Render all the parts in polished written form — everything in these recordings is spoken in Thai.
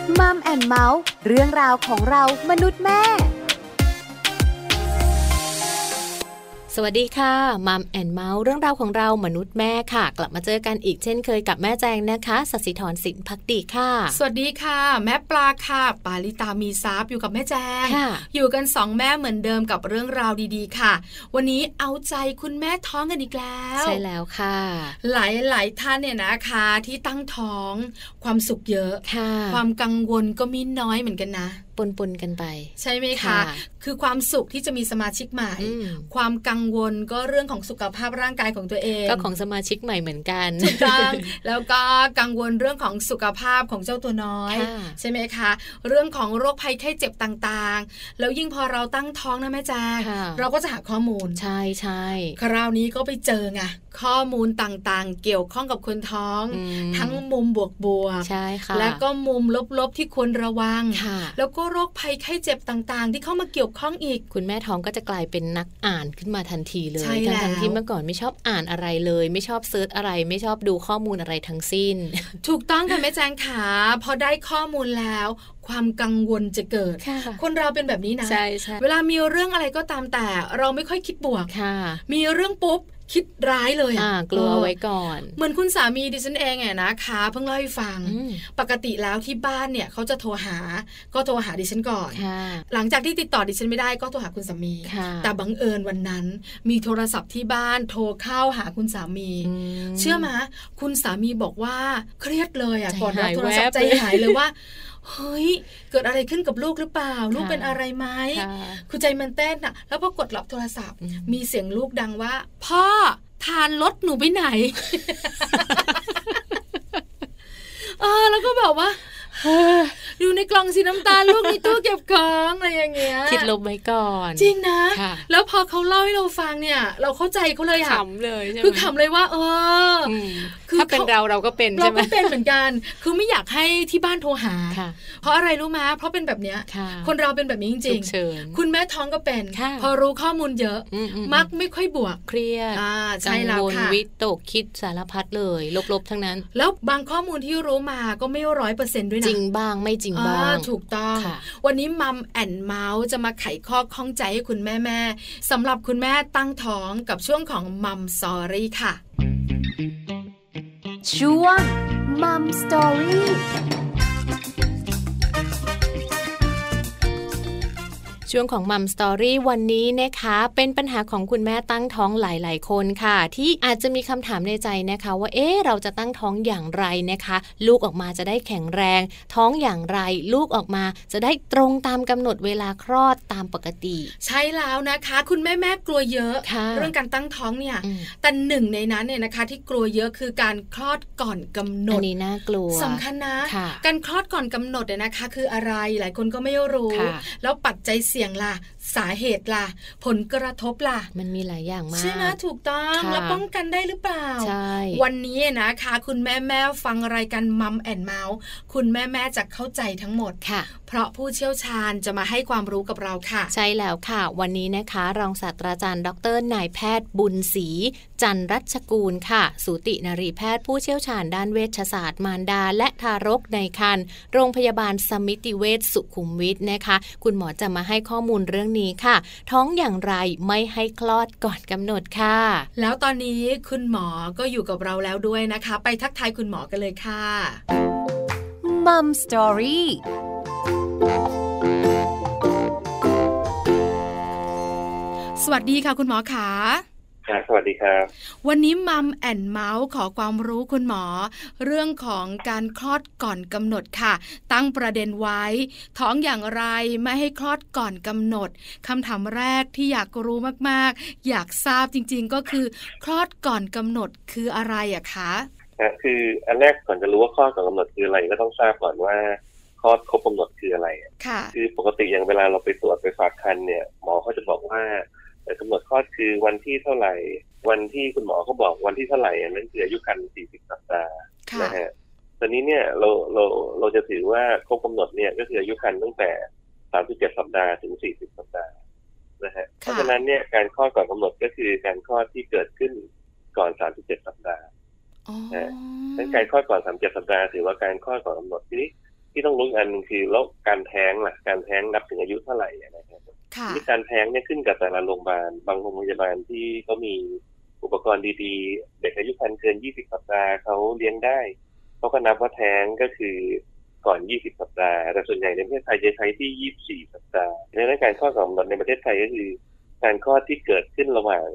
มัมแอนด์เมาส์เรื่องราวของเรามนุษย์แม่สวัสดีค่ะมัมแอนด์เมาส์เรื่องราวของเรามนุษย์แม่ค่ะกลับมาเจอกันอีกเช่นเคยกับแม่แจงนะคะศศิธรสินภักดีค่ะสวัสดีค่ะแม่ปลาค่ะปาลิตามีซับอยู่กับแม่แจงอยู่กัน2แม่เหมือนเดิมกับเรื่องราวดีๆค่ะวันนี้เอาใจคุณแม่ท้องกันอีกแล้วใช่แล้วค่ะหลายท่านเนี่ยนะคะที่ตั้งท้องความสุขเยอะความกังวลก็มีน้อยเหมือนกันนะปนกันไปใช่ไหมคะคือความสุขที่จะมีสมาชิกใหม่ความกังวลก็เรื่องของสุขภาพร่างกายของตัวเองก็ของสมาชิกใหม่เหมือนกันถูกต้องแล้วก็กังวลเรื่องของสุขภาพของเจ้าตัวน้อยใช่ไหมคะเรื่องของโรคภัยไข้เจ็บต่างๆแล้วยิ่งพอเราตั้งท้องนะแม่แจ้งเราก็จะหาข้อมูลใช่ใช่คราวนี้ก็ไปเจอไงข้อมูลต่างๆเกี่ยวข้องกับคนท้องทั้งมุมบวกๆใช่ค่ะแล้วก็มุมลบๆที่ควรระวังแล้วก็โรคภัยไข้เจ็บต่างๆที่เข้ามาเกี่ยวข้องอีกคุณแม่ท้องก็จะกลายเป็นนักอ่านขึ้นมาทันทีเลยทั้งที่เมื่อก่อนไม่ชอบอ่านอะไรเลยไม่ชอบเซิร์ชอะไรไม่ชอบดูข้อมูลอะไรทั้งสิ้นถูกต้องค่ะแม่แจงขาพอได้ข้อมูลแล้วความกังวลจะเกิดคนเราเป็นแบบนี้นะเวลามีเรื่องอะไรก็ตามแต่เราไม่ค่อยคิดบวกมีเรื่องปุ๊บคิดร้ายเลยกลัวไว้ก่อนเหมือนคุณสามีดิฉันเองนะคะเพิ่งเล่าให้ฟังปกติแล้วที่บ้านเนี่ยเขาจะโทรหาดิฉันก่อนหลังจากที่ติดต่อดิฉันไม่ได้ก็โทรหาคุณสามีแต่บังเอิญวันนั้นมีโทรศัพท์ที่บ้านโทรเข้าหาคุณสามีเชื่อไหมคุณสามีบอกว่าเครียดเลยก่อนรับโทรศัพท์ใจหายเลยว่าเฮ้ยเกิดอะไรขึ้นกับลูกหรือเปล่าลูกเป็นอะไรไหมคือใจมันเต้นอ่ะแล้วพอกดรับโทรศัพท์มีเสียงลูกดังว่าพ่อทานรถหนูไปไหน แล้วก็แบบว่าอยู่ในกล่องสีน้ำตาลลูกในตู้เก็บของอะไรอย่างเงี้ยคิดลบไว้ก่อนจริงนะแล้วพอเขาเล่าให้เราฟังเนี่ยเราเข้าใจเขาเลยขำเลยใช่ไหมคือขำเลยว่าถ้าเป็นเราก็เป็นใช่ไหมเราก็เป็นเหมือนกันคือไม่อยากให้ที่บ้านโทรหาเพราะอะไรรู้ไหมเพราะเป็นแบบเนี้ยคนเราเป็นแบบนี้จริงๆคุณแม่ท้องก็เป็นพอรู้ข้อมูลเยอะมักไม่ค่อยบวกเครียดใช่แล้วค่ะวิตกคิดสารพัดเลยลบๆทั้งนั้นแล้วบางข้อมูลที่รู้มาก็ไม่100%ด้วยนะจริงบ้างไม่จริงบ้างถูกต้องวันนี้มัมแอนด์เมาส์จะมาไขข้อข้องใจให้คุณแม่สำหรับคุณแม่ตั้งท้องกับช่วงของมัมสตอรี่ค่ะช่วงมัมสตอรี่ช่วงของมัมสตอรี่วันนี้นะคะเป็นปัญหาของคุณแม่ตั้งท้องหลายๆคนค่ะที่อาจจะมีคำถามในใจนะคะว่าเราจะตั้งท้องอย่างไรนะคะลูกออกมาจะได้แข็งแรงท้องอย่างไรลูกออกมาจะได้ตรงตามกำหนดเวลาคลอดตามปกติใช่แล้วนะคะคุณแม่กลัวเยอะเรื่องการตั้งท้องเนี่ยแต่หนึ่งในนั้นเนี่ยนะคะที่กลัวเยอะคือการคลอดก่อนกำหนดอันนี้น่ากลัวสำคัญนะการคลอดก่อนกำหนดเนี่ยนะคะคืออะไรหลายคนก็ไม่รู้แล้วปัจจัยเสี่ยงล่ะสาเหตุล่ะผลกระทบล่ะมันมีหลายอย่างมากใช่ไหมถูกต้องแล้วป้องกันได้หรือเปล่าใช่วันนี้นะคะคุณแม่ฟังรายการมัมแอนด์เมาส์คุณแม่จะเข้าใจทั้งหมดค่ะเพราะผู้เชี่ยวชาญจะมาให้ความรู้กับเราค่ะใช่แล้วค่ะวันนี้นะคะรองศาสตราจารย์ดร.นายแพทย์บุญศรีจันทรัชกูลค่ะสูตินรีแพทย์ผู้เชี่ยวชาญด้านเวชศาสตร์มารดาและทารกในครรภ์โรงพยาบาลสมิติเวชสุขุมวิทนะคะคุณหมอจะมาให้ข้อมูลเรื่องนี้ค่ะท้องอย่างไรไม่ให้คลอดก่อนกำหนดค่ะแล้วตอนนี้คุณหมอก็อยู่กับเราแล้วด้วยนะคะไปทักทายคุณหมอกันเลยค่ะมัมสตอรี่สวัสดีค่ะคุณหมอขาสวัสดีครับวันนี้มัมแอนด์เมาส์ขอความรู้คุณหมอเรื่องของการคลอดก่อนกำหนดค่ะตั้งประเด็นไว้ท้องอย่างไรไม่ให้คลอดก่อนกำหนดคำถามแรกที่อยากรู้มากๆอยากทราบจริงๆก็คือคลอดก่อนกำหนดคืออะไรอะคะคืออันแรกก่อนจะรู้ว่าคลอดก่อนกำหนดคืออะไรก็ต้องทราบก่อนว่าคลอดครบกำหนดคืออะไรคือปกติอย่างเวลาเราไปตรวจไปฝากครรภ์เนี่ยหมอเขาจะบอกว่ากำหนดคลอดคือวันที่เท่าไหร่วันที่คุณหมอเขาบอกวันที่เท่าไหร่นั่นคืออายุครรภ์40 สัปดาห์นะฮะตอนนี้เนี่ยเราจะถือว่าครบกำหนดเนี่ยก็คืออายุครรภ์ตั้งแต่37 สัปดาห์ถึง40 สัปดาห์นะฮะเพราะฉะนั้นเนี่ยการคลอดก่อนกำหนดก็คือการคลอดที่เกิดขึ้นก่อน37 สัปดาห์นะการคลอดก่อน37 สัปดาห์ถือว่าการคลอดก่อนกำหนดทีนี้ที่ต้องรู้อันคือแล้วการแท้งล่ะการแท้งนับถึงอายุเท่าไหร่นะครับที่การแท้งเนี่ยขึ้นกับแต่ละโรงพยาบาลบางโรงพยาบาลที่เขามีอุปกรณ์ดีๆเด็กอายุครรภ์เกิน20สัปดาห์เขาเลี้ยงได้เขาก็นับว่าแท้งก็คือก่อน20สัปดาห์แต่ส่วนใหญ่ในประเทศไทยจะใช้ที่24สัปดาห์ในเรื่องการคลอดของในประเทศไทยก็คือการคลอดที่เกิดขึ้นระหว่าง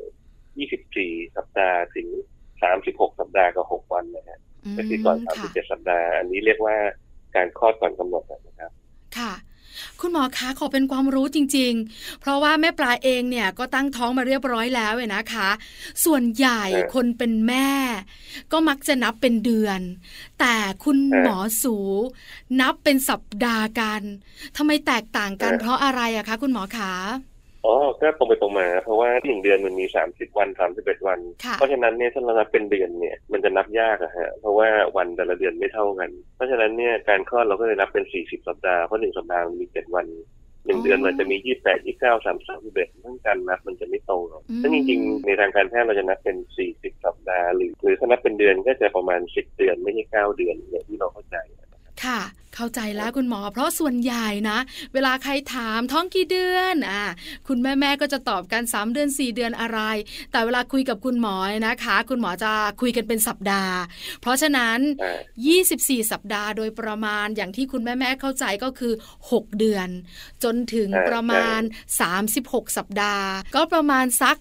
24สัปดาห์ถึง36สัปดาห์กับ6วันนะฮะก็คือก่อน37สัปดาห์อันนี้เรียกว่าการคลอดก่อนกำหนดนะครับค่ะคุณหมอคะขอเป็นความรู้จริงๆเพราะว่าแม่ปลาเองเนี่ยก็ตั้งท้องมาเรียบร้อยแล้วนะคะส่วนใหญ่คนเป็นแม่ก็มักจะนับเป็นเดือนแต่คุณหมอสูนับเป็นสัปดาห์กันทำไมแตกต่างกันเพราะอะไรอะคะคุณหมอคะก็ตรงไปตรงมาเพราะว่า1เดือนมันมี30วัน31วันเพราะฉะนั้นเนี่ยถ้าเรานับเป็นเดือนเนี่ยมันจะนับยากอะฮะเพราะว่าวันแต่ละเดือนไม่เท่ากันเพราะฉะนั้นเนี่ยการคลอดเราก็เลยนับเป็น40สัปดาห์เพราะ1สัปดาห์มันมี7วัน1เดือนมันจะมี28 29 30 31ทั้งการนับมันจะไม่ตรงซึ่งจริงๆในทางการแพทย์เราจะนับเป็น40สัปดาห์หรือถ้านับเป็นเดือนก็จะประมาณ10เดือนไม่ใช่9เดือนอย่างที่เราเข้าใจค่ะเข้าใจแล้วคุณหมอเพราะส่วนใหญ่นะเวลาใครถามท้องกี่เดือนคุณแม่ก็จะตอบกัน3เดือน4เดือนอะไรแต่เวลาคุยกับคุณหมอนะคะคุณหมอจะคุยกันเป็นสัปดาห์เพราะฉะนั้น24สัปดาห์โดยประมาณอย่างที่คุณแม่เข้าใจก็คือ6เดือนจนถึงประมาณ36สัปดาห์ก็ประมาณสัก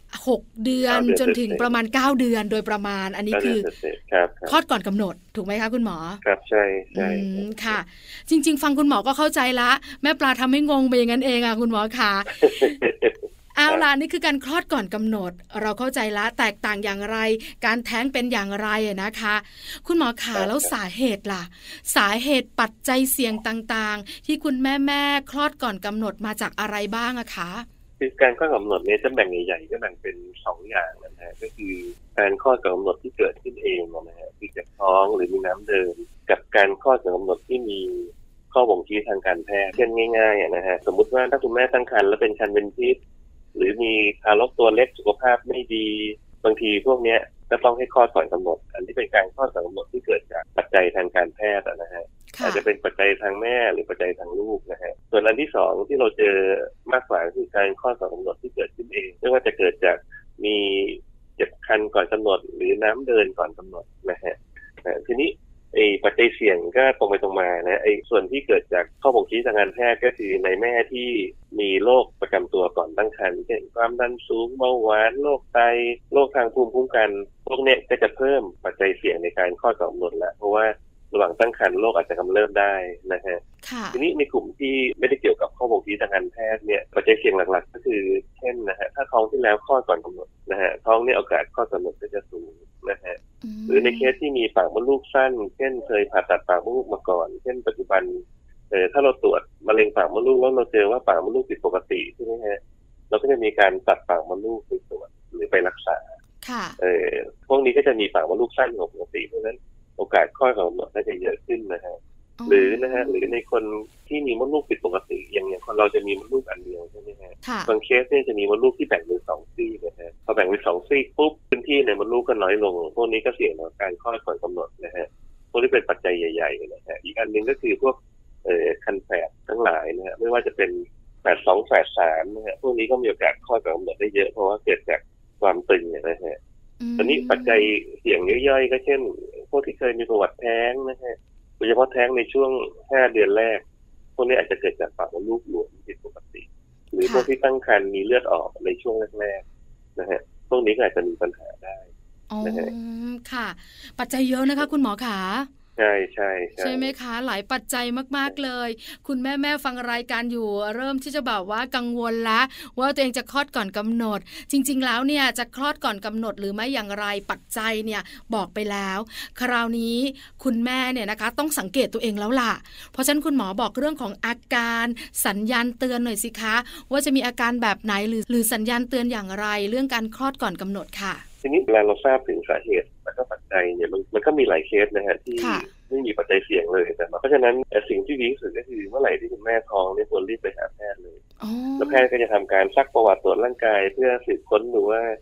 6เดือนจนถึงประมาณ9เดือนโดยประมาณอันนี้คือคลอดก่อนกำหนดถูกไหมคะคุณหมอครับใช่ค่ะจริงๆฟังคุณหมอก็เข้าใจละแม่ปลาทำให้งงไปอย่างนั้นเองอ่ะคุณหมอค่ะเอาล่ะนี่คือการคลอดก่อนกำหนดเราเข้าใจละแตกต่างอย่างไรการแท้งเป็นอย่างไรนะคะคุณหมอขาแล้วสาเหตุล่ะสาเหตุปัจจัยเสี่ยงต่างๆที่คุณแม่คลอดก่อนกำหนดมาจากอะไรบ้างอะคะคือการคลอดกำหนดเนี่ยจะแบ่งใหญ่ๆก็แบ่งเป็น2อย่างนะฮะก็คือการคลอดกำหนดที่เกิดขึ้นเองนะฮะคือจากท้องหรือมีน้ำเดินกับการคลอดกำหนดที่มีข้อบ่งชี้ทางการแพทย์เช่นง่ายๆนะฮะสมมุติว่าถ้าคุณแม่ตั้งครรภ์แล้วเป็นครรภ์เป็นพิษหรือมีทารกตัวเล็กสุขภาพไม่ดีบางทีพวกนี้ก็ต้องให้คลอดก่อนกำหนดอันที่เป็นการคลอดก่อนกำหนดที่เกิดจากปัจจัยทางการแพทย์นะฮะอาจจะเป็นปัจจัยทางแม่หรือปัจจัยทางลูกนะฮะส่วนอันที่2ที่เราเจอมากกว่าคือการคลอดก่อนกำหนดที่เกิดขึ้นเองไม่ว่าจะเกิดจากมีเจ็บคันก่อนกำหนดหรือน้ำเดินก่อนกำหนดนะฮะทีนี้ปัจจัยเสี่ยงก็ตรงไปตรงมานะส่วนที่เกิดจากข้อบ่งชี้ทางการแพทย์ก็คือในแม่ที่มีโรคประจำตัวก่อนตั้งครรภ์เช่นความดันสูงเบาหวานโรคไตโรคทางภูมิคุ้มกันพวกนี้ก็จะเพิ่มปัจจัยเสี่ยงในการคลอดก่อนกำหนดแล้วเพราะว่าระหว่างตั้งครรภ์โรคอาจจะกำเริบได้นะฮะทีนี้ในกลุ่มที่ไม่ได้เกี่ยวกับข้อบ่งชี้ทางการแพทย์เนี่ยปัจจัยเสี่ยงหลักๆก็คือเช่นนะฮะถ้าท้องที่แล้วคลอดก่อนกำหนดนะฮะท้องนี่โอกาสคลอดกำหนดก็จะสูงนะฮะหรือในเคสที่มีปากมดลูกสั้นเช่นเคยผ่าตัดปากมดลูกมาก่อนเช่นปัจจุบันถ้าเราตรวจมะเร็งปากมดลูกแล้วเราเจอว่าปากมดลูกผิดปกติใช่ไหมฮะเราก็จะมีการตัดปากมดลูกไปตรวจหรือไปรักษาพวกนี้ก็จะมีปากมดลูกสั้นกว่าปกติเพราะฉะนั้นโอกาสคลอดก่อนกำหนดก็จะเยอะขึ้นนะฮะหรือในคนที่มีมดลูกผิดปกติอย่างคนเราจะมีมดลูกอันเดียวใช่ไหมฮะบางเคสเนี่ยจะมีมดลูกที่แบ่งเป็น2ซี่นะฮะพอแบ่งเป็น2ซี่ปุ๊บพื้นที่ในมดลูกก็น้อยลงพวกนี้ก็เสี่ยงต่อการคลอดก่อนกำหนดนะฮะพวกนี้เป็นปัจจัยใหญ่ๆนะฮะอีกอันนึงก็คือพวกคันแฝดทั้งหลายนะฮะไม่ว่าจะเป็นแฝด2แฝด3นะฮะพวกนี้ก็มีโอกาสคลอดก่อนกำหนดได้เยอะเพราะว่าเกิดจากความตึงนะฮะตอนนี้ปัจจัยเสี่ยงย่อยๆก็เช่นพวกที่เคยมีประวัติแท้งนะฮะโดยเฉพาะแท้งในช่วง5เดือนแรกพวกนี้อาจจะเกิดจากปากมดลูกหลวมผิดปกติหรือพวกที่ตั้งครรภ์มีเลือดออกในช่วงแรกๆนะฮะพวกนี้ก็อาจจะมีปัญหาได้นะฮะค่ะปัจจัยเยอะนะคะคุณหมอขาใช่ไหมคะหลายปัจจัยมากๆเลยคุณแม่ฟังรายการอยู่เริ่มที่จะแบบว่ากังวลละว่าตัวเองจะคลอดก่อนกำหนดจริงๆแล้วเนี่ยจะคลอดก่อนกำหนดหรือไม่อย่างไรปัจจัยเนี่ยบอกไปแล้วคราวนี้คุณแม่เนี่ยนะคะต้องสังเกตตัวเองแล้วล่ะเพราะฉะนั้นคุณหมอบอกเรื่องของอาการสัญญาณเตือนหน่อยสิคะว่าจะมีอาการแบบไหนหรือสัญญาณเตือนอย่างไรเรื่องการคลอดก่อนกำหนดค่ะทีนี้เวลาเราทราบถึงสาเหตุและก็ปัจจัยเนี่ยมันก็มีหลายเคสนะฮะที่ไม่มีปัจจัยเสี่ยงเลยแต่เพราะฉะนั้นสิ่งที่ดีที่สุดก็คือเมื่อไหร่ที่คุณแม่ท้องเนี่ยควรรีบไปหาแพทย์เลยแล้วแพทย์ก็จะทำการซักประวัติตรวจร่างกายเพื่อสืบค้นดูว่าคุณ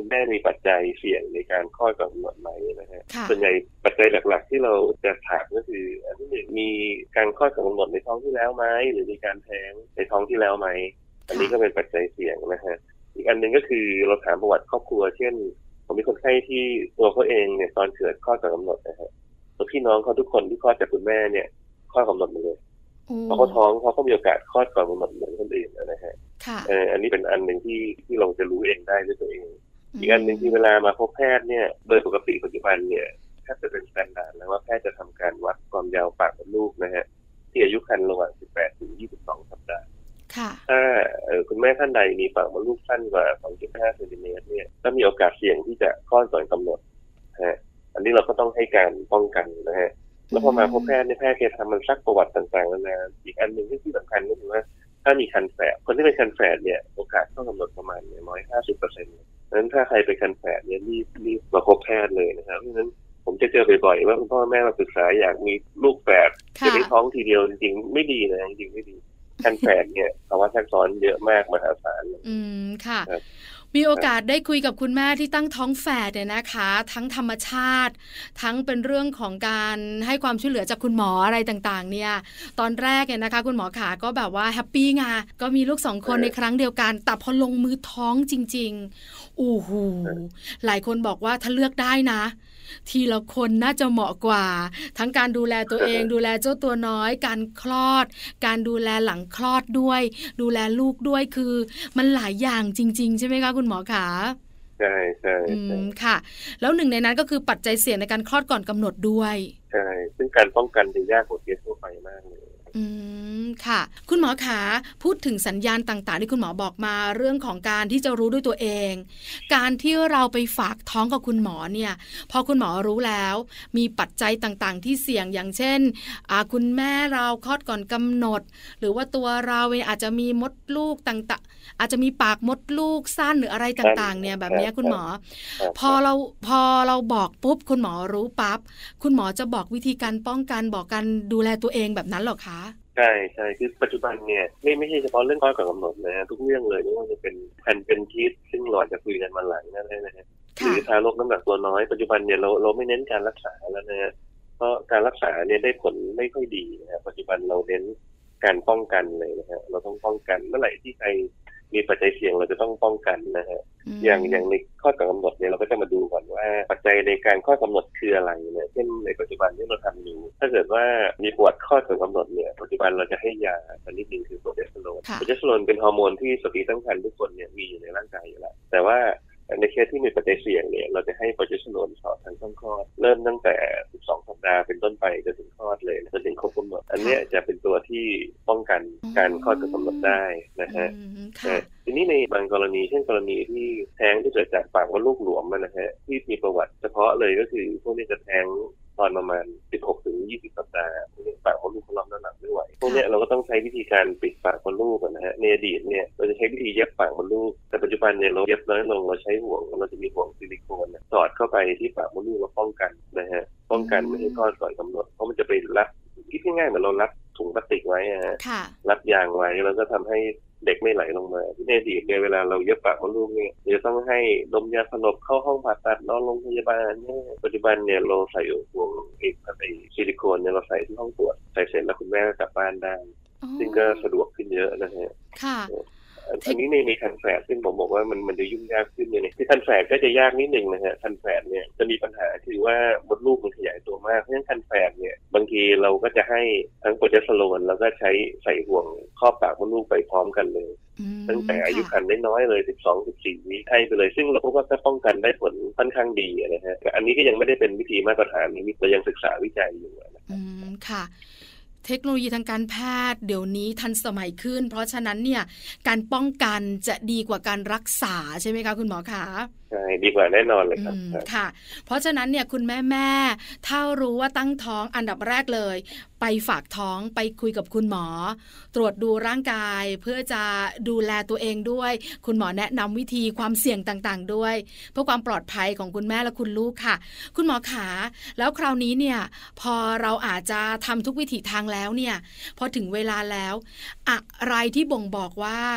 แม่มีปัจจัยเสี่ยงในการคลอดก่อนกำหนดไหมนะฮะส่วนใหญ่ปัจจัยหลักๆที่เราจะถามก็คืออันที่หนึ่งมีการคลอดก่อนกำหนดในท้องที่แล้วไหมหรือมีการแท้งในท้องที่แล้วไหมอันนี้ก็เป็นปัจจัยเสี่ยงนะฮะอีกอันหนึ่งก็คือเราถามประวัติครอบครัวเช่นผมมีคนไข้ที่ตัวเขาเองเนี่ยตอนเกิดคลอดก่อนกำหนดนะฮะตัวพี่น้องเขาทุกคนที่คลอดจากคุณแม่เนี่ยคลอดก่อนกำหนดหมดเลยพอเขาท้องเขาก็มีโอกาสคลอดก่อนกำหนดเหมือนคนอื่นนะฮะอันนี้เป็นอันหนึ่งที่เราจะรู้เองได้ด้วยตัวเองอีกอันหนึ่งที่เวลามาพบแพทย์เนี่ยโดยปกติปัจจุบันเนี่ยแทบจะเป็นสแตนดาร์ดแล้วว่าแพทย์จะทำการวัดความยาวปากมดลูกนะฮะที่อายุครรภ์ระหว่าง18 ถึง 22 สัปดาห์ถ้าคุณแม่ท่านใดมีปากมดลูกสั้นกว่า 2.5 เซนติเมตรเนี่ยก็มีโอกาสเสี่ยงที่จะคลอดก่อนกำหนดฮะอันนี้เราก็ต้องให้การป้องกันนะฮะแล้วพอมาพบแพทย์ในแพทย์จะทำมันซักประวัติต่างๆนานาอีกอันหนึ่งที่สำคัญก็คือว่าถ้ามีคันแฝดคนที่เป็นคันแฝดเนี่ยโอกาสเข้ากำหนดประมาณ150%ดังนั้นถ้าใครเป็นคันแฝดเนี่ยรีบมาพบแพทย์เลยนะครับเพราะฉะนั้นผมจะเจอบ่อยๆว่าคุณพ่อแม่มาปรึกษาอยากมีลูกแฝดจะได้ท้องทีเดียวจริงๆไม่ดีนะจริงๆไม่ดีคันแฝดเนี่ยภาวะแทรกซ้อนเยอะมากมหาศาลค่ะมีโอกาสได้คุยกับคุณแม่ที่ตั้งท้องแฝดเนี่ยนะคะทั้งธรรมชาติทั้งเป็นเรื่องของการให้ความช่วยเหลือจากคุณหมออะไรต่างๆเนี่ยตอนแรกเนี่ยนะคะคุณหมอขาก็แบบว่าแฮปปี้ไงก็มีลูก2 คนในครั้งเดียวกันแต่พอลงมือท้องจริงๆโอ้โหหลายคนบอกว่าถ้าเลือกได้นะทีละคนน่าจะเหมาะกว่าทั้งการดูแลตัวเองดูแลเจ้าตัวน้อยการคลอดการดูแลหลังคลอดด้วยดูแลลูกด้วยคือมันหลายอย่างจริงๆใช่ไหมคะคุณหมอขาใช่ใช่ค่ะแล้วหนึ่งในนั้นก็คือปัจจัยเสี่ยงในการคลอดก่อนกำหนดด้วยใช่ซึ่งการป้องกันจะยากกว่าเคสทั่วไปมากเลยค่ะคุณหมอขาพูดถึงสัญญาณต่างๆที่คุณหมอบอกมาเรื่องของการที่จะรู้ด้วยตัวเองการที่เราไปฝากท้องกับคุณหมอเนี่ยพอคุณหมอรู้แล้วมีปัจจัยต่างๆที่เสี่ยงอย่างเช่นคุณแม่เราคลอดก่อนกำหนดหรือว่าตัวเราอาจจะมีมดลูกต่างๆอาจจะมีปากมดลูกสั้นหรืออะไรต่างๆเนี่ยแบบนี้คุณหมอพอเราบอกปุ๊บคุณหมอรู้ปั๊บคุณหมอจะบอกวิธีการป้องกันบอกการดูแลตัวเองแบบนั้นหรอคะใช่คือปัจจุบันเนี่ยไม่ใช่เฉพาะเรื่องคลอดก่อนกำหนดนะทุกเรื่องเลยไม่ว่าจะเป็นคันเป็นคิดซึ่งเราจะคุยกันมาหลังนั่นเลยนะฮะหรือทารกน้ำหนักตัวน้อยปัจจุบันเนี่ยเราไม่เน้นการรักษาแล้วนะฮะเพราะการรักษาเนี่ยได้ผลไม่ค่อยดีนะฮะปัจจุบันเราเน้นการป้องกันเลยนะฮะเราต้องป้องกันเมื่อไหร่ที่ใครมีปัจจัยเสี่ยงเราจะต้องป้องกันนะฮะอย่างในข้อกำหนดเนี่ยเราก็จะมาดูก่อนว่าปัจจัยในการข้อกำหนดคืออะไรเนี่ยเช่นในปัจจุบันที่เราทำอยู่ถ้าเกิดว่ามีปวดข้อกำหนดเนี่ยปัจจุบันเราจะให้ยาชนิดหนึ่งคือโปรเจสเตอโรนเป็นฮอร์โมนที่สตรีตั้งครรภ์ทุกคนเนี่ยมีอยู่ในร่างกายอยู่แล้วแต่ว่าในเคสที่มีปัจจัยเสี่ยงเนี่ยเราจะให้โปรเจสเตอโรนสอดทางช่องคลอดเริ่มตั้งแต่12 สัปดาห์เป็นต้นไปจนถึงคลอดเลยจนถึงครบกำหนดอันนี้จะเป็นตัวที่ป้องกันการคลอดก่อนกำหนดได้นะฮะทีนี้ในบางกรณีเช่นกรณีที่แท้งที่เกิดจากปากมดลูกหลวมนะฮะที่มีประวัติเฉพาะเลยก็คือพวกนี้จะแท้งตอนประมาณ16 ถึง 20 สัปดาห์ปากมดลูกเขารับน้ำหนักไม่ไหวพวกนี้เราก็ต้องใช้วิธีการปิดปากมดลูกนะฮะในอดีตเนี่ยเราจะใช้วิธีเย็บปากมดลูกแต่ปัจจุบันเนี่ยเราเย็บน้อยลงเราใช้ห่วงเราจะมีห่วงซิลิโคนสอดเข้าไปที่ปากมดลูกมาป้องกันนะฮะป้องกันไม่ให้คลอดก่อนกำหนดเพราะมันจะไปรัดคิดง่ายๆเหมือนเรารัดถุงพลาสติกไว้ฮะรัดยางไว้แล้วก็ทำให้เด็กไม่ไหลลงมาที่ในอดีตเนี่ยเวลาเราเย็บปากมดลูกเนี่ยจะต้องให้ดมยาสลบเข้าห้องผ่าตัดนอนโรงพยาบาลเนี่ยปัจจุบันเนี่ยเราใส่ห่วงซิลิโคนเนี่ยเราใส่ที่ห้องตรวจใส่เสร็จแล้วคุณแม่กลับบ้านได้ซึ่งก็สะดวกขึ้นเยอะนะฮะอันนี้ในคันแฝดซึ่งผมบอกว่ามันจะยุ่งยากขึ้นเนี่ยที่คันแฝดก็จะยากนิดนึงนะฮะคันแฝดเนี่ยจะมีปัญหาคือว่ามดลูกมันขยายตัวมากเพราะฉะนั้นคันแฝดเนี่ยบางทีเราก็จะให้ทั้งโปรเจสเตอโรนแล้วก็ใส่ห่วงครอบปากมดลูกไปพร้อมกันเลยตั้งแต่อายุครรภ์น้อยๆเลย 12-14 วิให้ไปเลยซึ่งเราพบว่าก็ป้องกันได้ผลค่อนข้างดีนะฮะแต่อันนี้ก็ยังไม่ได้เป็นวิธีมาตรฐานเรายังศึกษาวิจัยอยู่นะค่ะเทคโนโลยีทางการแพทย์เดี๋ยวนี้ทันสมัยขึ้นเพราะฉะนั้นเนี่ยการป้องกันจะดีกว่าการรักษาใช่ไหมคะคุณหมอคะใช่ดีกว่าแน่นอนเลยครับค่ะเพราะฉะนั้นเนี่ยคุณแม่ถ้ารู้ว่าตั้งท้องอันดับแรกเลยไปฝากท้องไปคุยกับคุณหมอตรวจดูร่างกายเพื่อจะดูแลตัวเองด้วยคุณหมอแนะนำวิธีความเสี่ยงต่างๆด้วยเพื่อความปลอดภัยของคุณแม่และคุณลูกค่ะคุณหมอขาแล้วคราวนี้เนี่ยพอเราอาจจะทำทุกวิถีทางแล้วเนี่ยพอถึงเวลาแล้วอะไรที่บ่งบอกว่า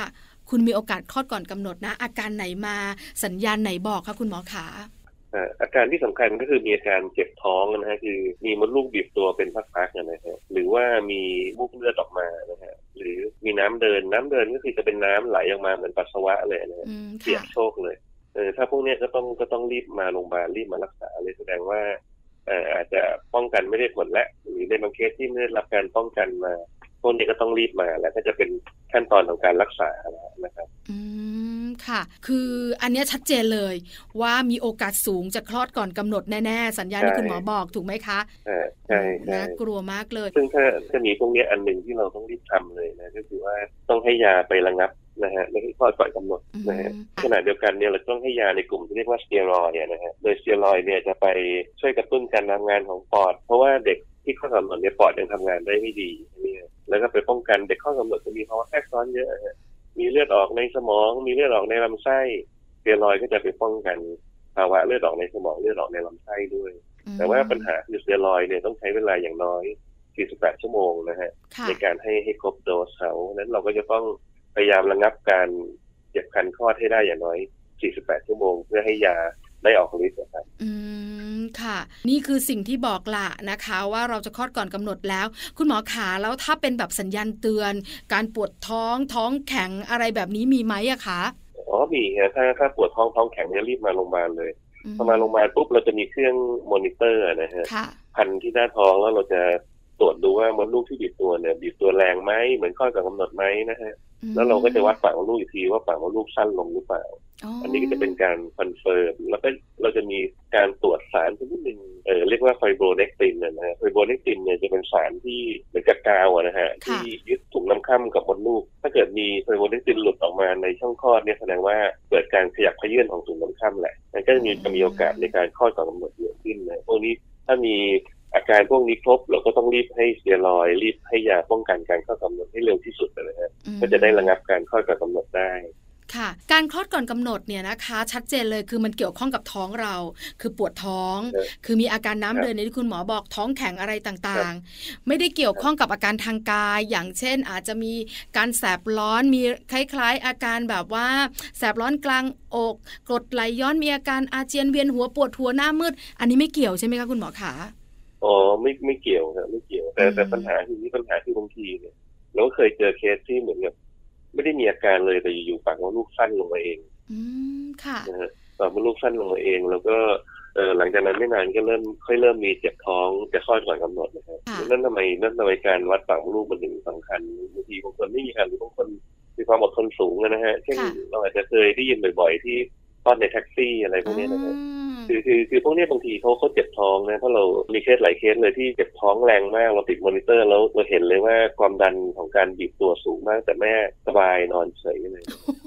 คุณมีโอกาสคลอดก่อนกำหนดนะอาการไหนมาสัญญาณไหนบอกคะคุณหมอขาอาการที่สำคัญก็คือมีอาการเจ็บท้องนะฮะคือมีมดลูกบีบตัวเป็นพักๆนะฮะหรือว่ามีมูกเลือดออกมานะฮะหรือมีน้ำเดินก็คือจะเป็นน้ำไหลออกมาเหมือนปัสสาวะเลยนะฮะเปียกโชกเลยถ้าพวกนี้ก็ต้องรีบมาโรงพยาบาลรีบมารักษาเลยแสดงว่าอาจจะป้องกันไม่ได้ผลและหรือในบางเคสที่ไม่ได้รับการป้องกันมาพวกนี้ก็ต้องรีบมาแล้วก็จะเป็นขั้นตอนของการรักษาแล้วนะครับค่ะคืออันนี้ชัดเจนเลยว่ามีโอกาสสูงจะคลอดก่อนกำหนดแน่ๆสัญญาณที่คุณหมอบอกถูกไหมคะใช่น่ากลัวมากเลยซึ่งถ้ามีพวกนี้อันหนึ่งที่เราต้องรีบทำเลยนะก็คือว่าต้องให้ยาไประงับนะฮะไม่ให้คลอดก่อนกำหนดนะฮะขณะเดียวกันเนี่ยเราต้องให้ยาในกลุ่มที่เรียกว่าสเตียรอยด์นะฮะโดยสเตียรอยด์เนี่ยจะไปช่วยกระตุ้นการทำงานของปอดเพราะว่าเด็กที่คลอดก่อนกำหนดเนี่ยปอดยังทำงานได้ไม่ดีเนี่ยแล้วก็ไปป้องกันเด็กคลอดก่อนกำหนดจะมีภาวะแทรกซ้อนเยอะมีเลือดออกในสมองมีเลือดออกในลำไส้สเตียรอยด์ก็จะไปป้องกันภาวะเลือดออกในสมองเลือดออกในลำไส้ด้วยแต่ว่าปัญหาคือสเตียรอยด์เนี่ยต้องใช้เวลาอย่างน้อย48ชั่วโมงนะฮะในการให้ครบโดสเขานั้นเราก็จะต้องพยายามระงับการเจ็บคันคลอดให้ได้อย่างน้อย48ชั่วโมงเพื่อให้ยาได้ออกฤทธิ์นะครับค่ะนี่คือสิ่งที่บอกละนะคะว่าเราจะคลอดก่อนกำหนดแล้วคุณหมอขาแล้วถ้าเป็นแบบสัญญาณเตือนการปวดท้องแข็งอะไรแบบนี้มีไหมอะคะมีฮะถ้าปวดท้องแข็งจะรีบมาโรงพยาบาลเลยพอมาโรงพยาบาลปุ๊บเราจะมีเครื่องมอนิเตอร์นะฮะพันที่หน้าท้องแล้วเราจะตรวจดูว่ามดลูกที่บีบตัวเนี่ยบีบตัวแรงไหมเหมือนคลอดก่อนกำหนดไหมนะฮะแล้วเราก็จะวัดปากมดลูกอีกทีว่าปากมดลูกสั้นลงหรือเปล่าอันนี้ก็จะเป็นการคอนเฟิร์มแล้วก็เราจะมีการตรวจสารชนิดหนึ่งเรียกว่าไฟโบรเนกตินนะฮะไฟโบรเนกตินเนี่ยจะเป็นสารที่เหมือนกับกาวนะฮะที่ยึดถุงน้ำค่ำกับมดลูกถ้าเกิดมีไฟโบรเนกตินหลุดออกมาในช่องคลอดเนี่ยแสดงว่าเกิดการขยับเขยื้อนของถุงน้ำค่ำแหละมันก็จะมีโอกาสในการคลอดก่อนกำหนดเยอะขึ้นนะพวกนี้ถ้ามีอาการพวกนี้ครบเราก็ต้องรีบให้สเตียรอยด์รีบให้ยาป้องกันการคลอดก่อนกำหนดให้เร็วที่สุดเลยฮะก็จะได้ระงับการคลอดก่อนกำหนดได้ค่ะการคลอดก่อนกำหนดเนี่ยนะคะชัดเจนเลยคือมันเกี่ยวข้องกับท้องเราคือปวดท้องคือมีอาการน้ำเดินในที่คุณหมอบอกท้องแข็งอะไรต่างๆไม่ได้เกี่ยวข้องกับอาการทางกายอย่างเช่นอาจจะมีการแสบร้อนมีคล้ายๆอาการแบบว่าแสบร้อนกลางอกกรดไหลย้อนมีอาการอาเจียนเวียนหัวปวดหัวหน้ามืดอันนี้ไม่เกี่ยวใช่ไหมคะคุณหมอขาไม่เกี่ยวครับไม่เกี่ยวแต่ปัญหาคือบางทีเนี่ยเราก็เคยเจอเคสที่เหมือนกับไม่ได้มีอาการเลยแต่อยู่ๆปากมดลูกสั้นลงมาเองค่ะนะฮะปากมดลูกสั้นลงมาเองแล้วก็หลังจากนั้นไม่นานก็เริ่มมีเจ็บท้องจะคลอดก่อนกำหนดนะครับนั่นทำไมการวัดปากมดลูกมันถึงสำคัญบางทีบางคนไม่มีการหรือบางคนมีความอดทนสูงนะฮะเช่นเราอาจจะเคยได้ยินบ่อยๆที่คลอดในแท็กซี่อะไรพวกนี้นะฮะคือพวกนี้บางทีเขาเจ็บท้องนะเพราะเรามีเคสหลายเคสเลยที่เจ็บท้องแรงมากเราติดมอนิเตอร์แล้วเราเห็นเลยว่าความดันของการบีบตัวสูงมากแต่แม่สบายนอนเฉยเลย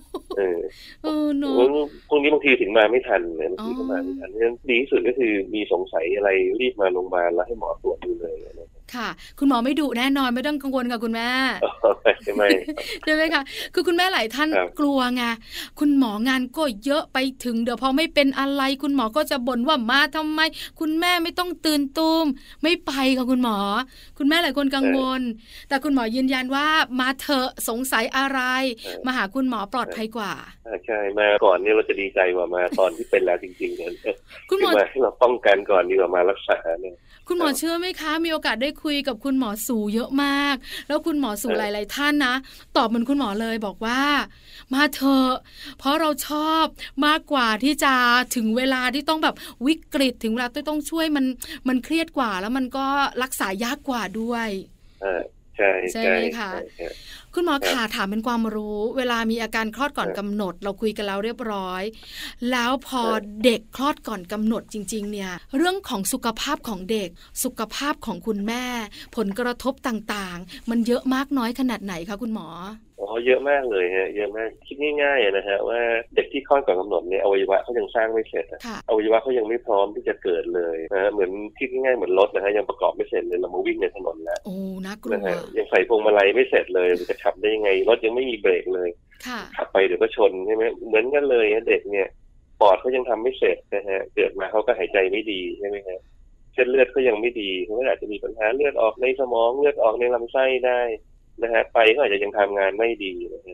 พวกนี้บางทีถึงมาไม่ทันเลยบางทีก็มาไม่ทันเพราะฉะนั้นดีที่สุดก็คือมีสงสัยอะไรรีบมาโรงพยาบาลแล้วให้หมอตรวจดูเลยค่ะคุณหมอไม่ดุแน่นอนไม่ต้องกังวลค่ะคุณแม่ใช่ไหมใช่ไหมคะคือคุณแม่หลายท่านกลัวไงคุณหมองานก็เยอะไปถึงเดี๋ยวพอไม่เป็นอะไรคุณหมอก็จะบ่นว่ามาทำไมคุณแม่ไม่ต้องตื่นตูมไม่ไปค่ะคุณหมอคุณแม่หลายคนกังวลแต่คุณหมอยืนยันว่ามาเถอะสงสัยอะไรมาหาคุณหมอปลอดภัยกว่าใช่มาก่อนนี่เราจะดีใจกว่ามาตอนที่เป็นแล้วจริงๆเนี่ยคุณหมอให้เราป้องกันก่อนดีกว่ามารักษาเนี่ยคุณหมอเชื่อไหมคะมีโอกาสได้คุยกับคุณหมอสู่เยอะมากแล้วคุณหมอสู่หลายๆท่านนะตอบเหมือนคุณหมอเลยบอกว่ามาเถอะเพราะเราชอบมากกว่าที่จะถึงเวลาที่ต้องแบบวิกฤตถึงเวลาต้องช่วยมันเครียดกว่าแล้วมันก็รักษายากกว่าด้วยใช่ไหมคะคุณหมอขาถามเป็นความรู้เวลามีอาการคลอดก่อนกำหนดเราคุยกันแล้วเรียบร้อยแล้วพอเด็กคลอดก่อนกำหนดจริงๆเนี่ยเรื่องของสุขภาพของเด็กสุขภาพของคุณแม่ผลกระทบต่างๆมันเยอะมากน้อยขนาดไหนคะคุณหมอเยอะมากเลยฮะเยอะมากคิดง่ายๆนะฮะว่าเด็กที่คลอดก่อนกำหนดเนี่ยอวัยวะเขายังสร้างไม่เสร็จอวัยวะเขายังไม่พร้อมที่จะเกิดเลยนะเหมือนคิดง่ายๆเหมือนรถนะฮะยังประกอบไม่เสร็จเลยเรามาวิ่งในถนนแล้วน่ากลัวนะฮะยังใส่พวงมาลัยไม่เสร็จเลยจะขับได้ยังไงรถยังไม่มีเบรกเลยขับไปเดี๋ยวก็ชนใช่ไหมเหมือนกันเลยเด็กเนี่ยปอดเขายังทำไม่เสร็จนะฮะเกิดมาเขาก็หายใจไม่ดีใช่ไหมฮะเส้นเลือดเขายังไม่ดีเขาอาจจะมีปัญหาเลือดออกในสมองเลือดออกในลำไส้ได้นะฮะไปก็อาจจะยังทำงานไม่ดีนะฮะ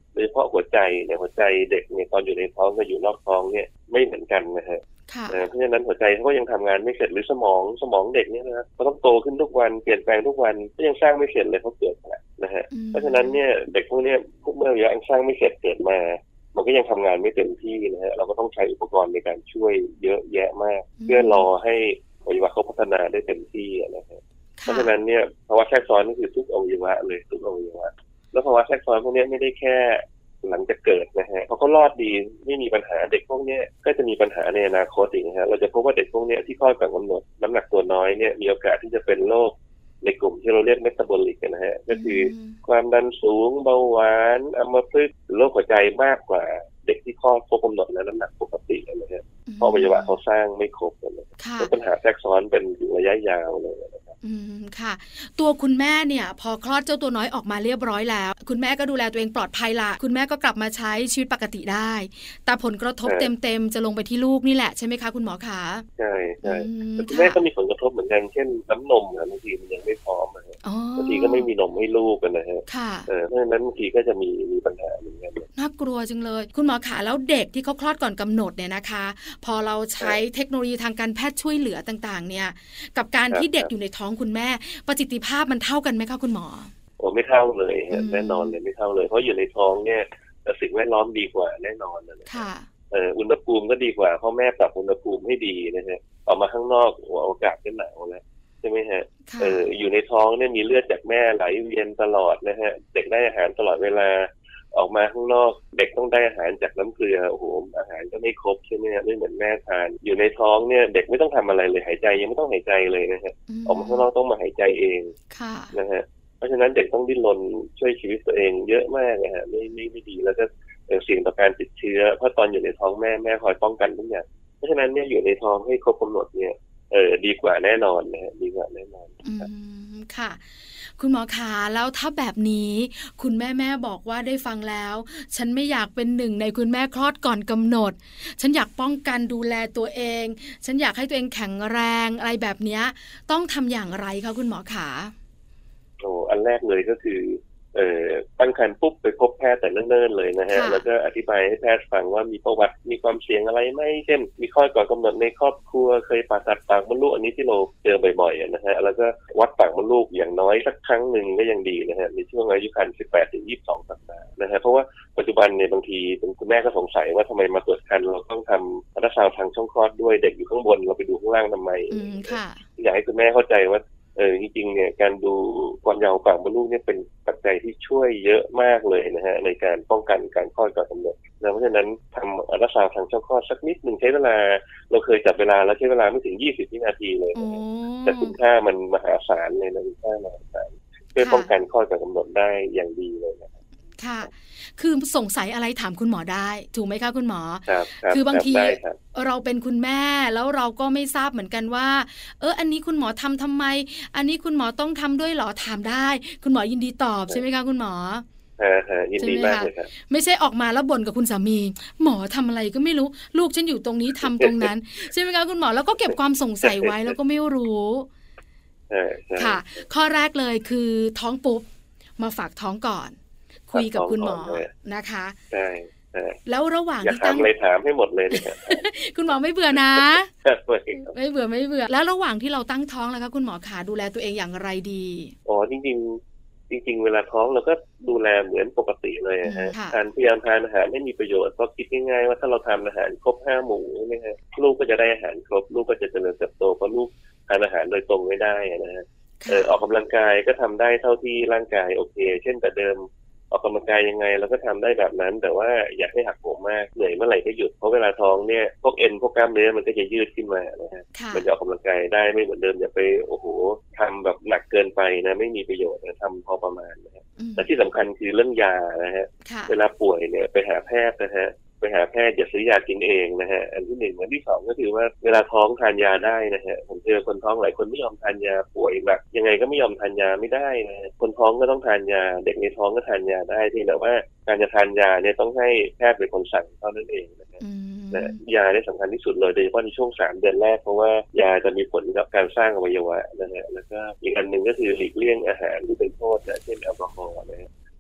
โดยเฉพาะหัวใจเนี่ยหัวใจเด็กเนี่ยตอนอยู่ในท้องกับอยู่นอกท้องเนี่ยไม่เหมือนกันนะฮะเพราะฉะนั้นหัวใจเขาก็ยังทำงานไม่เสร็จหรือสมองเด็กเนี่ยนะครับก็ต้องโตขึ้นทุกวันเปลี่ยนแปลงทุกวันก็ยังสร้างไม่เสร็จเลยเขาเกิดมานะฮะเพราะฉะนั้นเนี่ยเด็กพวกนี้เมื่อยังสร้างไม่เสร็จเกิดมามันก็ยังทำงานไม่เต็มที่นะฮะเราก็ต้องใช้อุปกรณ์ในการช่วยเยอะแยะมากเพื่อรอให้อวัยวะเขาพัฒนาได้เต็มที่นะฮะเพราะฉะนั้นเนี่ยภาวะแทรกซ้อนนี่คือทุกอวัยวะเลยทุกอวัยวะแล้วภาวะแทรกซ้อนพวกนี้ไม่ได้แค่หลังจากเกิดนะฮะเขาก็รอดดีไม่มีปัญหาเด็กพวกนี้ก็จะมีปัญหาในอนาคตอีกนะฮะเราจะพบว่าเด็กพวกนี้ที่คลอดก่อนกำหนดน้ำหนักตัวน้อยเนี่ยมีโอกาสที่จะเป็นโรคในกลุ่มที่เราเรียกเมตาบอลิกนะฮะก็คือความดันสูงเบาหวานอัมพฤกษ์โรคหัวใจมากกว่าเด็กที่คลอดครบกำหนดและน้ำหนักปกตินะฮะเพราะอวัยวะเขาสร้างไม่ครบเลยเป็นปัญหาแทรกซ้อนเป็นอยู่ระยะยาวเลยนะครับค่ะตัวคุณแม่เนี่ยพอคลอดเจ้าตัวน้อยออกมาเรียบร้อยแล้วคุณแม่ก็ดูแลตัวเองปลอดภัยละคุณแม่ก็กลับมาใช้ชีวิตปกติได้แต่ผลกระทบเต็มๆจะลงไปที่ลูกนี่แหละใช่ไหมคะคุณหมอคะใช่ใช่คุณแม่ก็มีผลกระทบเหมือนกันเช่นน้ำนมบางทีมันยังไม่พร้อมบางทีก็ไม่มีนมให้ลูกกันนะฮะเพราะฉะนั้นบางทีก็จะมีปัญหาเหมือนกันน่ากลัวจังเลยคุณหมอขาแล้วเด็กที่เขาคลอดก่อนกำหนดเนี่ยนะคะพอเราใช้เทคโนโลยีทางการแพทย์ช่วยเหลือต่างๆเนี่ยกับการที่เด็กอยู่ในท้องคุณแม่ประสิทธิภาพมันเท่ากันไหมคะคุณหมอโอ้ไม่เท่าเลยแน่นอนเลยไม่เท่าเลยเพราะอยู่ในท้องเนี่ยสิ่งแวดล้อมดีกว่าแน่นอนเลยค่ะอุณหภูมิก็ดีกว่าเพราะแม่ปรับอุณหภูมิให้ดีนะฮะออกมาข้างนอกอากาศก็หนาวแล้วใช่ไหมฮะอยู่ในท้องเนี่ยมีเลือดจากแม่ไหลเวียนตลอดนะฮะเด็กได้อาหารตลอดเวลาออกมาข้างนอกเด็กต้องได้อาหารจากน้ำเกลือโอ้โหอาหารก็ไม่ครบใช่ไหมฮะไม่เหมือนแม่ทานอยู่ในท้องเนี่ยเด็กไม่ต้องทำอะไรเลยหายใจยังไม่ต้องหายใจเลยนะฮะออกมาข้างนอกต้องมาหายใจเองนะฮะเพราะฉะนั้นเด็กต้องดิ้นรนช่วยชีวิตตัวเองเยอะมากนะฮะไม่ดีแล้วก็เสี่ยงต่อการติดเชื้อเพราะตอนอยู่ในท้องแม่คอยป้องกันทุกอย่างเพราะฉะนั้นเนี่ยอยู่ในท้องให้ครบกำหนดเนี่ยดีกว่าแน่นอนนะฮะดีกว่าแน่นอนค่ะคุณหมอคะแล้วถ้าแบบนี้คุณแม่บอกว่าได้ฟังแล้วฉันไม่อยากเป็นหนึ่งในคุณแม่คลอดก่อนกำหนดฉันอยากป้องกันดูแลตัวเองฉันอยากให้ตัวเองแข็งแรงอะไรแบบนี้ต้องทำอย่างไรคะคุณหมอคะอันแรกเลยก็คือตั้งครรภ์ปุ๊บไปพบแพทย์แต่เนิ่นๆเลยนะฮะแล้วก็อธิบายให้แพทย์ฟังว่ามีประวัติมีความเสี่ยงอะไรไหมเช่นมีคลอดก่อนกำหนดในครอบครัวเคยผ่าตัดปากมดลูกอันนี้ที่เราเจอบ่อยๆนะฮะแล้วก็วัดปากมดลูกอย่างน้อยสักครั้งหนึ่งก็ยังดีนะฮะในช่วงอายุครรภ์ 18-22 สัปดาห์นะฮะเพราะว่าปัจจุบันเนี่ยบางทีคุณแม่ก็สงสัยว่าทำไมมาตรวจครรภ์เราต้องทำอัลตราซาวด์ทางช่องคลอดด้วยเด็กอยู่ข้างบนเราไปดูข้างล่างทำไมอยากให้คุณแม่เข้าใจว่าจริงๆเนี่ยการดูความยาวปากมดลูกเนี่ยเป็นปัจจัยที่ช่วยเยอะมากเลยนะฮะในการป้องกันการคลอดก่อนกำหนดเพราะฉะนั้นทำอัลตราซาวด์ทางช่องคลอดสักนิดนึงใช้เวลาเราเคยจับเวลาแล้วใช้เวลาไม่ถึง20 วินาทีเลยแต่คุณค่ามันมหาศาลเลยนะคุณค่ามหาศาลเพื่อป้องกันคลอดก่อนกำหนดได้อย่างดีเลยนะค่ะคือสงสัยอะไรถามคุณหมอได้ถูกไหมคะคุณหมอคือบางทีเราเป็นคุณแม่แล้วเราก็ไม่ทราบเหมือนกันว่าอันนี้คุณหมอทำไมอันนี้คุณหมอต้องทำด้วยหรอถามได้คุณหมอยินดีตอบใช่ไหมคะคุณหมอยินดีมากเลยครับไม่ใช่ออกมาแล้วบ่นกับคุณสามีหมอทำอะไรก็ไม่รู้ลูกฉันอยู่ตรงนี้ทำตรงนั้นใช่ไหมคะคุณหมอแล้วก็เก็บความสงสัยไว้แล้วก็ไม่รู้ค่ะข้อแรกเลยคือท้องปุ๊บมาฝากท้องก่อนคุยกับคุณหมอนะคะใช่แล้วระหว่างที่ตั้งเลยถามให้หมดเลยเนี่ยคุณหมอไม่เบื่อนะไม่เบื่อแล้วระหว่างที่เราตั้งท้องแล้วคะคุณหมอขาดูแลตัวเองอย่างไรดีจริงเวลาท้องเราก็ดูแลเหมือนปกติเลยฮะพยายามทานอาหารไม่มีประโยชน์เพราะคิดง่ายๆว่าถ้าเราทานอาหารครบ5 หมู่นะฮะลูกก็จะได้อาหารครบลูกก็จะเจริญเติบโตเพราะลูกทานอาหารโดยตรงไม่ได้นะฮะออกกำลังกายก็ทำได้เท่าที่ร่างกายโอเคเช่นแต่เดิมออกกำลังกายยังไงเราก็ทำได้แบบนั้นแต่ว่าอย่าให้หักโหมมากเหนื่อยเมื่อไหร่ก็หยุดเพราะเวลาท้องเนี่ยพวกเอ็นพวกกล้ามเนื้อมันก็จะยืดขึ้นมานะฮะมันจะออกกำลังกายได้ไม่เหมือนเดิมอย่าไปทำแบบหนักเกินไปนะไม่มีประโยชน์นะทำพอประมาณนะฮะแต่ที่สำคัญคือเรื่องยานะฮะเวลาป่วยเนี่ยไปหาแพทย์นะฮะไปหาแพทย์อย่าซื้อยากินเองนะฮะอันที่1อันที่2ก็คือว่าเวลาท้องทานยาได้นะฮะผมเจอคนท้องหลายคนไม่ยอมทานยาป่วยแบบยังไงก็ไม่ยอมทานยาไม่ได้นะคนท้องก็ต้องทานยาเด็กในท้องก็ทานยาได้ที่แต่ว่าการจะทานยาเนี่ยต้องให้แพทย์เป็นคนสั่งเท่านั้นเองนะยาเนี่ยสำคัญที่สุดเลยโดยเฉพาะในช่วง3 เดือนแรกเพราะว่ายาจะมีผลกับการสร้างอวัยวะนะฮะแล้วก็อีกอันนึงก็คือหลีกเลี่ยงอาหารที่เป็นโทษนะเช่นแอลกอฮอล์นะฮะ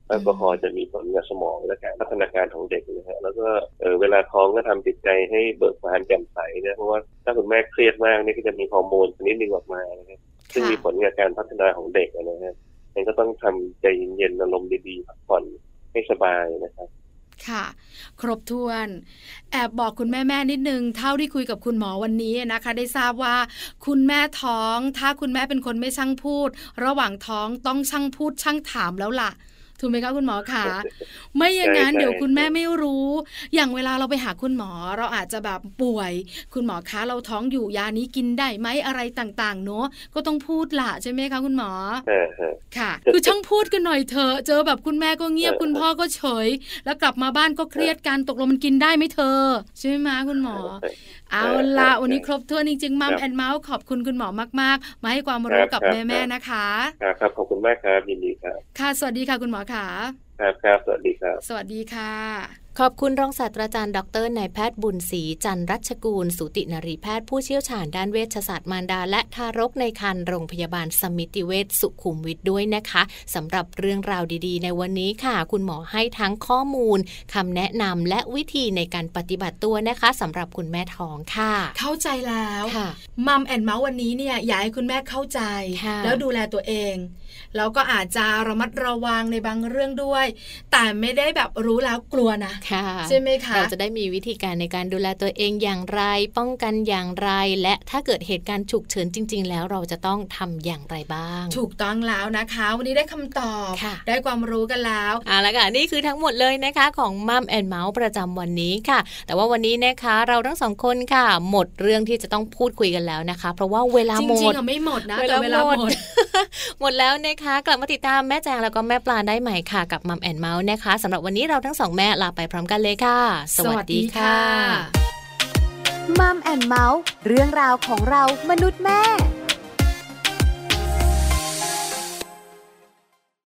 แอลกอฮอล์จะมีผลกับสมองและการพัฒนาการของเด็กนะฮะแล้วก็เวลาท้องก็ทำจิตใจให้เบิกบานแจ่มใสนะเพราะว่าถ้าคุณแม่เครียดมากนี่ก็จะมีฮอร์โมนชนิดนึงออกมานะครับซึ่งมีผลกับการพัฒนาของเด็กนะฮะงั้นก็ต้องทำใจเย็นๆอารมณ์ดีๆพักผ่อนให้สบายนะครับค่ะครบถ้วนแอบบอกคุณแม่นิดนึงเท่าที่คุยกับคุณหมอวันนี้นะคะได้ทราบว่าคุณแม่ท้องถ้าคุณแม่เป็นคนไม่ช่างพูดระหว่างท้องต้องช่างพูดช่างถามแล้วล่ะถูกไหมคะคุณหมอคะไม่อย่างนั้นเดี๋ยวคุณแม่ไม่รู้อย่างเวลาเราไปหาคุณหมอเราอาจจะแบบป่วยคุณหมอคะเราท้องอยู่ยานี้กินได้ไหมอะไรต่างๆเนอะก็ต้องพูดละใช่ไหมคะคุณหมอค่ะคือช่างพูดกันหน่อยเถอะเจอแบบคุณแม่ก็เงียบคุณพ่อก็เฉยแล้วกลับมาบ้านก็เครียดกันตกลงมันกินได้ไหมเธอใช่ไหมคุณหมอเอาละวันนี้ครบถ้วนจริงๆมัมแอนด์เมาส์ขอบคุณคุณหมอมากๆมาให้ความรู้กับแม่ๆนะคะครับขอบคุณมากครับยินดีครับค่ะสวัสดีค่ะคุณหมอค่ะครับสวัสดีครับสวัสดีค่ะขอบคุณรองศาสตราจารย์ดร.นายแพทย์บุญศรีจันทร์รัชกูลสูตินรีแพทย์ผู้เชี่ยวชาญด้านเวชศาสตร์มารดาและทารกในครรภ์โรงพยาบาลสมิติเวชสุขุมวิทด้วยนะคะสำหรับเรื่องราวดีๆในวันนี้ค่ะคุณหมอให้ทั้งข้อมูลคำแนะนำและวิธีในการปฏิบัติตัวนะคะสำหรับคุณแม่ท้องค่ะเข้าใจแล้วมัมแอนด์เมาส์วันนี้เนี่ยอยากให้คุณแม่เข้าใจแล้วดูแลตัวเองแล้วก็อาจจะระมัดระวังในบางเรื่องด้วยแต่ไม่ได้แบบรู้แล้วกลัวนะใช่ไหมคะเราจะได้มีวิธีการในการดูแลตัวเองอย่างไรป้องกันอย่างไรและถ้าเกิดเหตุการณ์ฉุกเฉินจริงๆแล้วเราจะต้องทำอย่างไรบ้างถูกต้องแล้วนะคะวันนี้ได้คำตอบได้ความรู้กันแล้วแล้วค่ะนี่คือทั้งหมดเลยนะคะของมัมแอนด์เมาส์ประจำวันนี้ค่ะแต่ว่าวันนี้นะคะเราทั้งสองคนค่ะหมดเรื่องที่จะต้องพูดคุยกันแล้วนะคะเพราะว่าเวลาหมดจริงๆไม่หมดนะแต่เวลาหมดหมดแล้วนะคะกลับมาติดตามแม่แจงแล้วก็แม่ปลาได้ใหม่ค่ะกับมัมแอนด์เมาส์นะคะสำหรับวันนี้เราทั้งสองแม่ลาไปพร้อมกันเลยค่ะสวัสดีค่ะมัมแอนด์เมาส์เรื่องราวของเรามนุษย์แม่